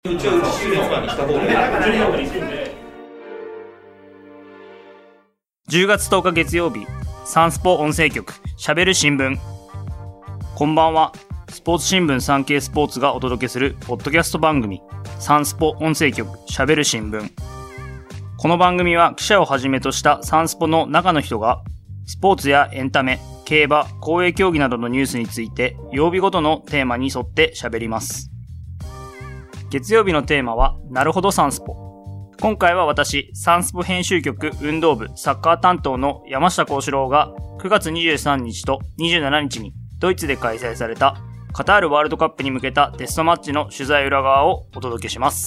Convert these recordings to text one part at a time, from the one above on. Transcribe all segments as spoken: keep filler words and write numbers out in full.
うちはうち週末間にした方がいい。 じゅうがつとおか月曜日、サンスポ音声局しゃべる新聞。こんばんは。スポーツ新聞サンケイスポーツがお届けするポッドキャスト番組、サンスポ音声局しゃべる新聞。この番組は記者をはじめとしたサンスポの中の人がスポーツやエンタメ、競馬、公営競技などのニュースについて曜日ごとのテーマに沿ってしゃべります。月曜日のテーマはなるほどサンスポ。今回は私、サンスポ編集局運動部サッカー担当の山下幸四郎がくがつにじゅうさんにちとにじゅうしちにちにドイツで開催されたカタールワールドカップに向けたテストマッチの取材裏側をお届けします。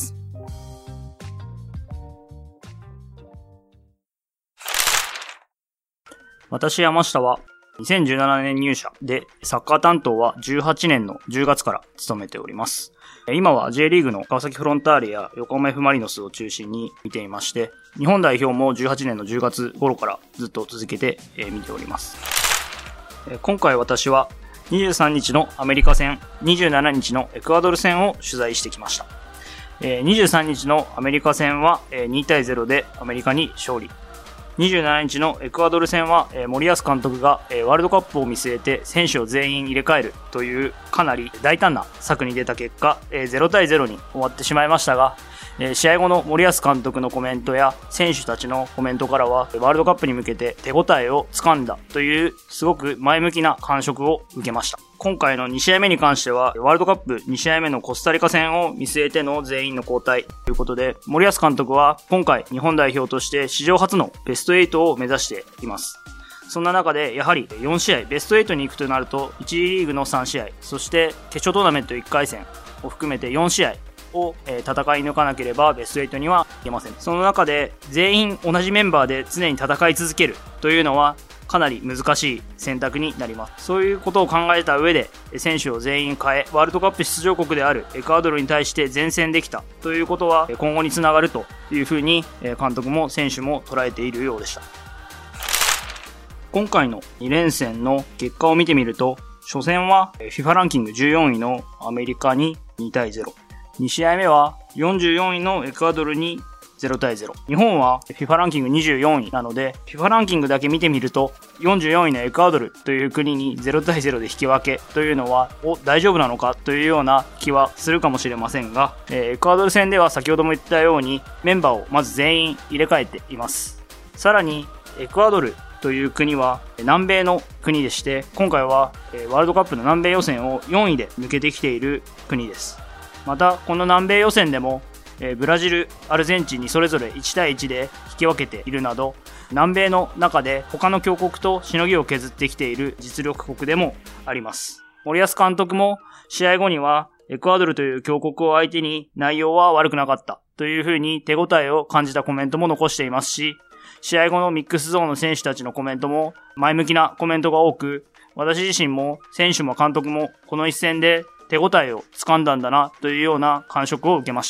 私山下はにせんじゅうななねん入社でサッカー担当はじゅうはちねんのじゅうがつから務めております。今は J リーグの川崎フロンターレや横浜 F マリノスを中心に見ていまして、日本代表もじゅうはちねんのじゅうがつ頃からずっと続けて見ております。今回私はにじゅうさんにちのアメリカ戦、にじゅうしちにちのエクアドル戦を取材してきました。にじゅうさんにちのアメリカ戦はにたいゼロでアメリカに勝利。にじゅうしちにちのエクアドル戦は森保監督がワールドカップを見据えて選手を全員入れ替えるというかなり大胆な策に出た結果ゼロたいゼロに終わってしまいましたが、試合後の森保監督のコメントや選手たちのコメントからはワールドカップに向けて手応えをつかんだというすごく前向きな感触を受けました。今回のにしあいめに関してはワールドカップにしあいめのコスタリカ戦を見据えての全員の交代ということで、森保監督は今回日本代表として史上初のベストはちを目指しています。そんな中でやはりよんしあいベストはちに行くとなるといちりリーグのさんしあい、そして決勝トーナメントいっかい戦を含めてよんしあいを戦い抜かなければベストはちにはいけません。その中で全員同じメンバーで常に戦い続けるというのはかなり難しい選択になります。そういうことを考えた上で選手を全員変えワールドカップ出場国であるエクアドルに対して善戦できたということは今後につながるというふうに監督も選手も捉えているようでした。今回のにれんせんの結果を見てみると、初戦は FIFA ランキングじゅうよんいのアメリカににたいゼロ、にしあいめはよんじゅうよんいのエクアドルにゼロたいゼロ。日本は FIFA ランキングにじゅうよんいなので FIFA ランキングだけ見てみるとよんじゅうよんいのエクアドルという国にゼロたいゼロで引き分けというのはお大丈夫なのかというような気はするかもしれませんが、えー、エクアドル戦では先ほども言ったようにメンバーをまず全員入れ替えています。さらにエクアドルという国は南米の国でして、今回はワールドカップの南米予選をよんいで抜けてきている国です。またこの南米予選でもブラジル、アルゼンチンにそれぞれいちたいいちで引き分けているなど、南米の中で他の強国としのぎを削ってきている実力国でもあります。森保監督も試合後にはエクアドルという強国を相手に内容は悪くなかったというふうに手応えを感じたコメントも残していますし、試合後のミックスゾーンの選手たちのコメントも前向きなコメントが多く、私自身も選手も監督もこの一戦で手応えをつかんだんだなというような感触を受けました。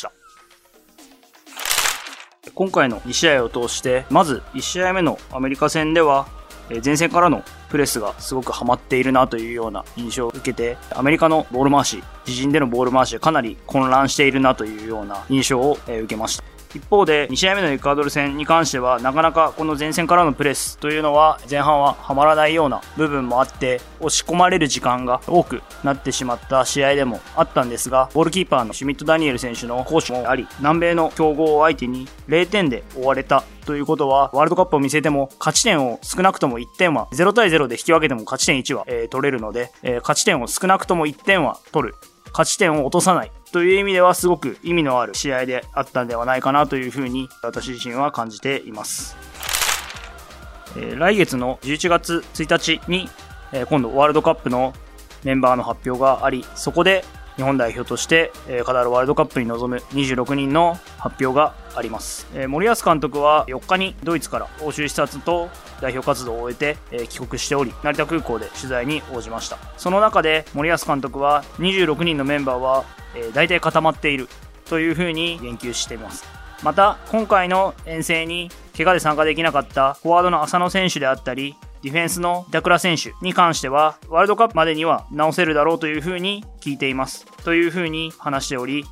今回のにしあいを通して、まずいちしあいめのアメリカ戦では前線からのプレスがすごくハマっているなというような印象を受けて、アメリカのボール回し、自陣でのボール回しでかなり混乱しているなというような印象を受けました。一方でにしあいめのエクアドル戦に関してはなかなかこの前線からのプレスというのは前半ははまらないような部分もあって、押し込まれる時間が多くなってしまった試合でもあったんですが、ゴールキーパーのシュミット・ダニエル選手の好守もあり、南米の強豪を相手にぜろてんで終われたということは、ワールドカップを見せても勝ち点を少なくともいってんはゼロたいゼロで引き分けても勝ち点いちは、えー、取れるので、えー、勝ち点を少なくともいってんは取る、勝ち点を落とさないという意味ではすごく意味のある試合であったんではないかなというふうに私自身は感じています。えー、来月のじゅういちがつついたちに、えー、今度ワールドカップのメンバーの発表があり、そこで日本代表として、えー、カタールワールドカップに臨むにじゅうろくにんの発表があります。えー、森保監督はよっかにドイツから欧州視察と代表活動を終えて、えー、帰国しており、成田空港で取材に応じました。その中で森保監督はにじゅうろくにんのメンバーは、えー、大体固まっているというふうに言及しています。また今回の遠征に怪我で参加できなかったフォワードの浅野選手であったり、ディフェンスの板倉選手に関してはワールドカップまでには直せるだろうというふうに聞いていますというふうに話しており、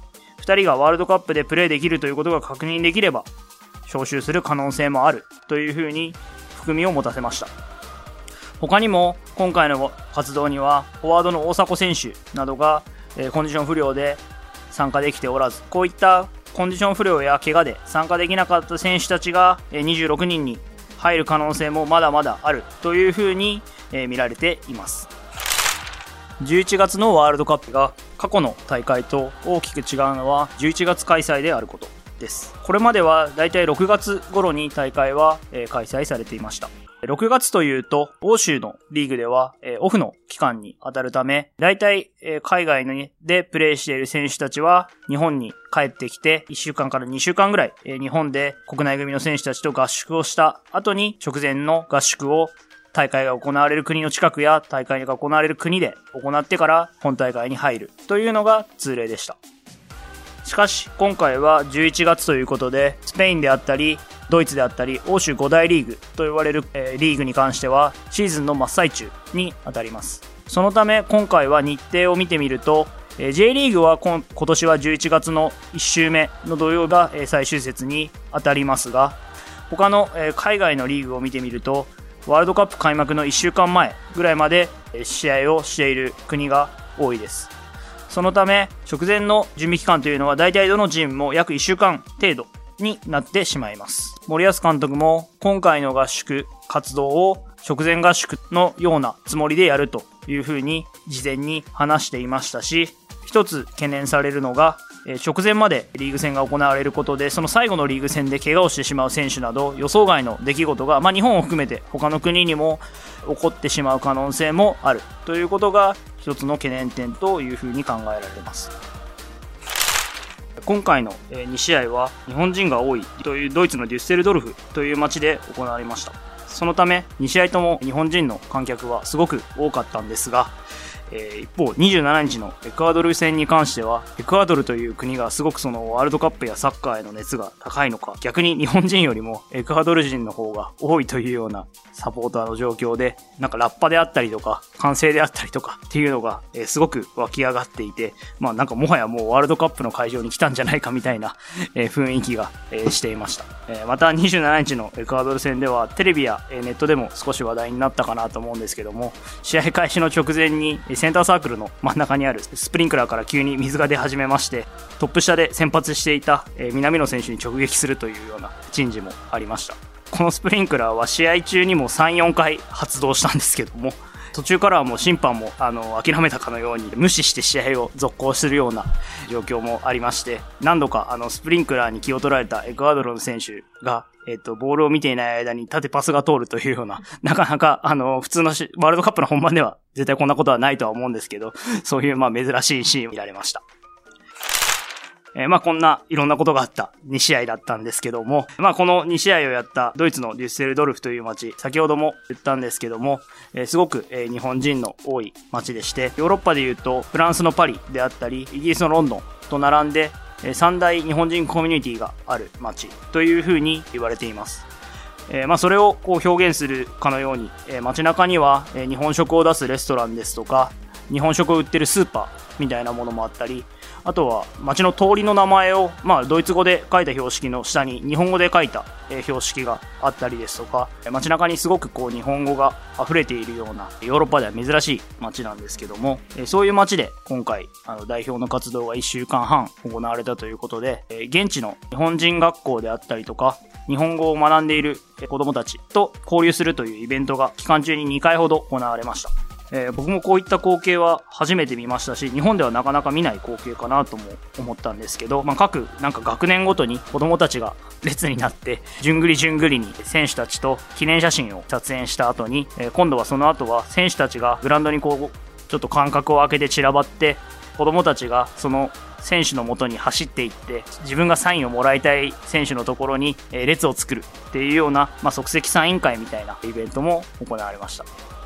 ふたりがワールドカップでプレーできるということが確認できれば招集する可能性もあるというふうに含みを持たせました。他にも今回の活動にはフォワードの大迫選手などが、えー、コンディション不良で参加できておらず、こういったコンディション不良や怪我で参加できなかった選手たちがにじゅうろくにんに入る可能性もまだまだあるというふうに見られています。じゅういちがつのワールドカップが過去の大会と大きく違うのはじゅういちがつ開催であることです。これまではだいたいろくがつ頃に大会は開催されていました。ろくがつというと欧州のリーグではオフの期間に当たるため、だいたい海外でプレーしている選手たちは日本に帰ってきていっしゅうかんからにしゅうかんぐらい日本で国内組の選手たちと合宿をした後に直前の合宿を大会が行われる国の近くや大会が行われる国で行ってから本大会に入るというのが通例でした。しかし今回はじゅういちがつということで、スペインであったりドイツであったり欧州ご大リーグと呼ばれる、えー、リーグに関してはシーズンの真っ最中に当たります。そのため今回は日程を見てみると、えー、J リーグは今, 今年はじゅういちがつのいっ週目の土曜が、えー、最終節に当たりますが、他の、えー、海外のリーグを見てみるとワールドカップ開幕のいっしゅうかんまえぐらいまで試合をしている国が多いです。そのため直前の準備期間というのは大体どのチームも約いっしゅうかん程度になってしまいます。森保監督も今回の合宿活動を直前合宿のようなつもりでやるというふうに事前に話していましたし、一つ懸念されるのが直前までリーグ戦が行われることで、その最後のリーグ戦で怪我をしてしまう選手など予想外の出来事が、まあ、日本を含めて他の国にも起こってしまう可能性もあるということが一つの懸念点というふうに考えられます。今回のに試合は日本人が多いというドイツのデュッセルドルフという街で行われました。そのために試合とも日本人の観客はすごく多かったんですが、えー、一方にじゅうしちにちのエクアドル戦に関してはエクアドルという国がすごくそのワールドカップやサッカーへの熱が高いのか、逆に日本人よりもエクアドル人の方が多いというようなサポーターの状況で、なんかラッパであったりとか歓声であったりとかっていうのが、えー、すごく湧き上がっていて、まあなんかもはやもうワールドカップの会場に来たんじゃないかみたいな、えー、雰囲気が、えー、していました。えー、またにじゅうしちにちのエクアドル戦ではテレビや、えー、ネットでも少し話題になったかなと思うんですけども、試合開始の直前にセンターサークルの真ん中にあるスプリンクラーから急に水が出始めまして、トップ下で先発していた、えー、南野選手に直撃するというような珍事もありました。このスプリンクラーは試合中にも さん,よん 回発動したんですけども、途中からはもう審判もあの諦めたかのように無視して試合を続行するような状況もありまして、何度かあのスプリンクラーに気を取られたエクアドルの選手が、えっと、ボールを見ていない間に縦パスが通るというような、なかなかあの普通のワールドカップの本番では絶対こんなことはないとは思うんですけど、そういうまあ珍しいシーンを見られました。えー、まあこんないろんなことがあったに試合だったんですけども、まあこのに試合をやったドイツのデュッセルドルフという街、先ほども言ったんですけども、えー、すごく、えー、日本人の多い街でして、ヨーロッパでいうとフランスのパリであったりイギリスのロンドンと並んで、えー、三大日本人コミュニティがある街というふうに言われています。えー、まあそれをこう表現するかのように、えー、街中には、えー、日本食を出すレストランですとか、日本食を売ってるスーパーみたいなものもあったり、あとは街の通りの名前を、まあ、ドイツ語で書いた標識の下に日本語で書いた、えー、標識があったりですとか、街中にすごくこう日本語が溢れているようなヨーロッパでは珍しい街なんですけども、えー、そういう街で今回あの代表の活動がいっしゅうかんはん行われたということで、えー、現地の日本人学校であったりとか日本語を学んでいる子どもたちと交流するというイベントが期間中ににかいほど行われました。えー、僕もこういった光景は初めて見ましたし、日本ではなかなか見ない光景かなとも思ったんですけど、まあ、各なんか学年ごとに子どもたちが列になって順繰り順繰りに選手たちと記念写真を撮影した後に、えー、今度はその後は選手たちがグラウンドにこうちょっと間隔を空けて散らばって、子どもたちがその選手の元に走っていって自分がサインをもらいたい選手のところに列を作るっていうような、まあ、即席サイン会みたいなイベントも行われました。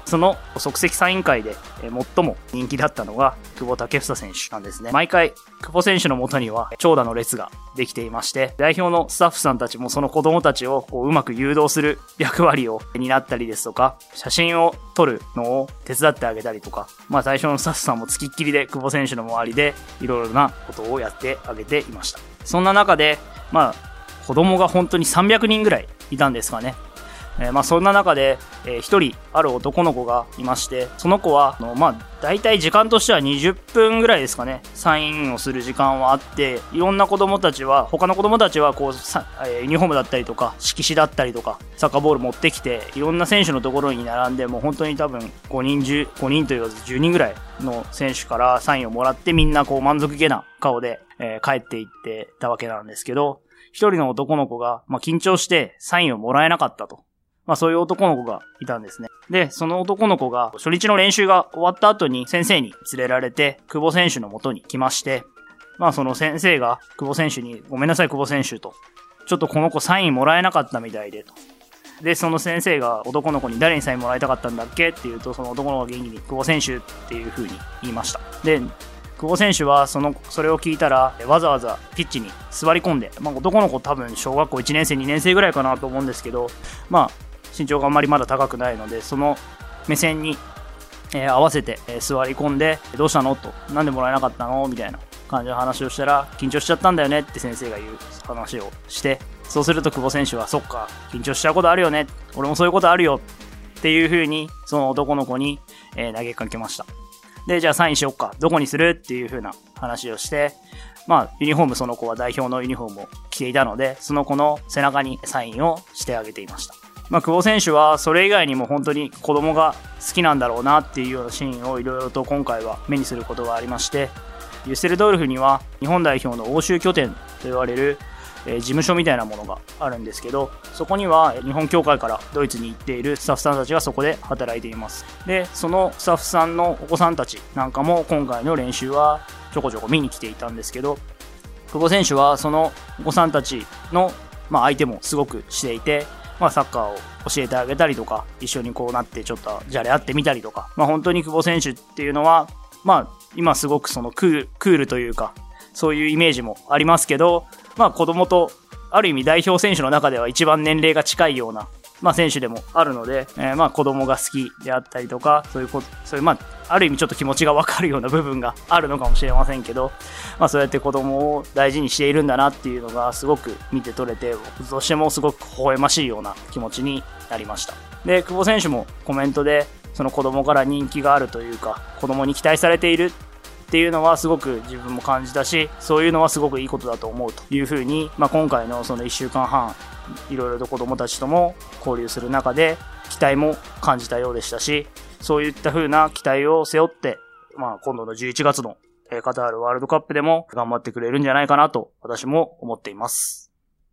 その即席サイン会で最も人気だったのが久保建英選手なんですね。毎回久保選手の元には長蛇の列ができていまして、代表のスタッフさんたちもその子供たちをこううまく誘導する役割を担ったりですとか、写真を撮るのを手伝ってあげたりとか、まあ最初のスタッフさんもつきっきりで久保選手の周りでいろいろなことをやってあげていました。そんな中で、まあ子供が本当にさんびゃくにんぐらいいたんですかね。えー、まあそんな中で、えー、一人ある男の子がいまして、その子はあのまあ大体時間としてはにじゅっぷんぐらいですかね、サインをする時間はあって、いろんな子供たちは他の子供たちはこうさ、えー、ユニフォームだったりとか色紙だったりとかサッカーボール持ってきて、いろんな選手のところに並んで、もう本当に多分ごにんじゅうごにんと言わずじゅうにんぐらいの選手からサインをもらって、みんなこう満足げな顔で、えー、帰っていってたわけなんですけど、一人の男の子がまあ緊張してサインをもらえなかったと。まあそういう男の子がいたんですね。で、その男の子が初日の練習が終わった後に先生に連れられて久保選手の元に来まして、まあその先生が久保選手にごめんなさい久保選手と、ちょっとこの子サインもらえなかったみたいでと。で、その先生が男の子に誰にサインもらいたかったんだっけって言うと、その男の子が元気に久保選手っていう風に言いました。で、久保選手はそのそれを聞いたらわざわざピッチに座り込んで、まあ男の子多分小学校いちねん生にねん生ぐらいかなと思うんですけど、まあ身長があんまりまだ高くないので、その目線に、えー、合わせて、えー、座り込んで、どうしたのと、なんでもらえなかったのみたいな感じの話をしたら、緊張しちゃったんだよねって先生が言う話をして、そうすると久保選手は、そっか、緊張しちゃうことあるよね、俺もそういうことあるよっていう風にその男の子に、えー、投げかけました。で、じゃあサインしよっか、どこにするっていう風な話をして、まあユニフォーム、その子は代表のユニフォームを着ていたので、その子の背中にサインをしてあげていました。まあ、久保選手はそれ以外にも本当に子供が好きなんだろうなっていうようなシーンをいろいろと今回は目にすることがありまして、ユッセルドルフには日本代表の欧州拠点と言われる、えー、事務所みたいなものがあるんですけど、そこには日本協会からドイツに行っているスタッフさんたちがそこで働いています。で、そのスタッフさんのお子さんたちなんかも今回の練習はちょこちょこ見に来ていたんですけど、久保選手はそのお子さんたちの、まあ、相手もすごくしていて、まあサッカーを教えてあげたりとか、一緒にこうなってちょっとじゃれ合ってみたりとか、まあ本当に久保選手っていうのは、まあ今すごくそのクール、クールというか、そういうイメージもありますけど、まあ子供とある意味代表選手の中では一番年齢が近いような、まあ選手でもあるので、えー、まあ子供が好きであったりとか、そういうこと、そういうまあ、ある意味ちょっと気持ちがわかるような部分があるのかもしれませんけど、まあそうやって子供を大事にしているんだなっていうのがすごく見て取れて、僕としてもすごく微笑ましいような気持ちになりました。で、久保選手もコメントで、その子供から人気があるというか、子供に期待されているっていうのはすごく自分も感じたし、そういうのはすごくいいことだと思うというふうに、まあ今回のそのいっしゅうかんはん、いろいろと子供たちとも交流する中で期待も感じたようでしたし、そういった風な期待を背負って、まあ今度のじゅういちがつのカタールワールドカップでも頑張ってくれるんじゃないかなと私も思っています。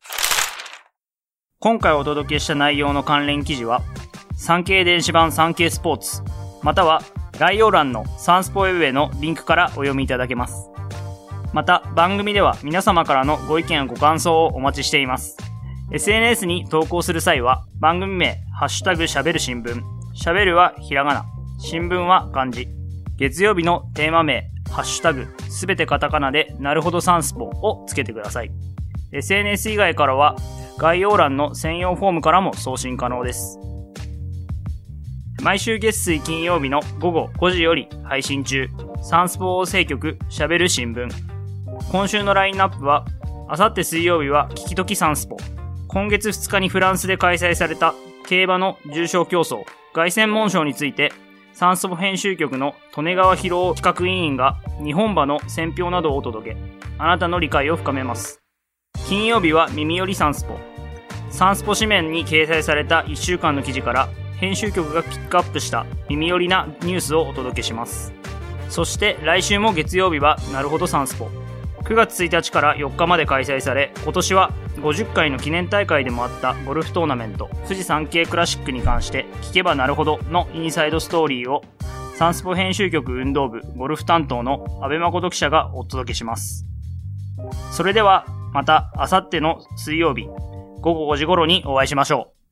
今回お届けした内容の関連記事は産経電子版産経スポーツ、または概要欄のサンスポウェブへのリンクからお読みいただけます。また番組では皆様からのご意見やご感想をお待ちしています。エスエヌエス に投稿する際は番組名ハッシュタグしゃべる新聞、しゃべるはひらがな、新聞は漢字、月曜日のテーマ名ハッシュタグすべてカタカナでなるほどサンスポをつけてください。 エスエヌエス 以外からは概要欄の専用フォームからも送信可能です。毎週月水金曜日の午後ごじより配信中、サンスポ放送局しゃべる新聞。今週のラインナップは、あさって水曜日は聞きときサンスポ、今月ふつかにフランスで開催された競馬の重賞競争凱旋門賞について、サンスポ編集局の利根川博夫企画委員が日本馬の選評などをお届け、あなたの理解を深めます。金曜日は耳よりサンスポ、サンスポ紙面に掲載されたいっしゅうかんの記事から編集局がピックアップした耳寄りなニュースをお届けします。そして来週も月曜日はなるほどサンスポ、くがつついたちからよっかまで開催され、今年はごじゅっかいの記念大会でもあったゴルフトーナメント富士山系クラシックに関して聞けばなるほどのインサイドストーリーをサンスポ編集局運動部ゴルフ担当の安倍誠記者がお届けします。それではまたあさっての水曜日ごごごじ頃にお会いしましょう。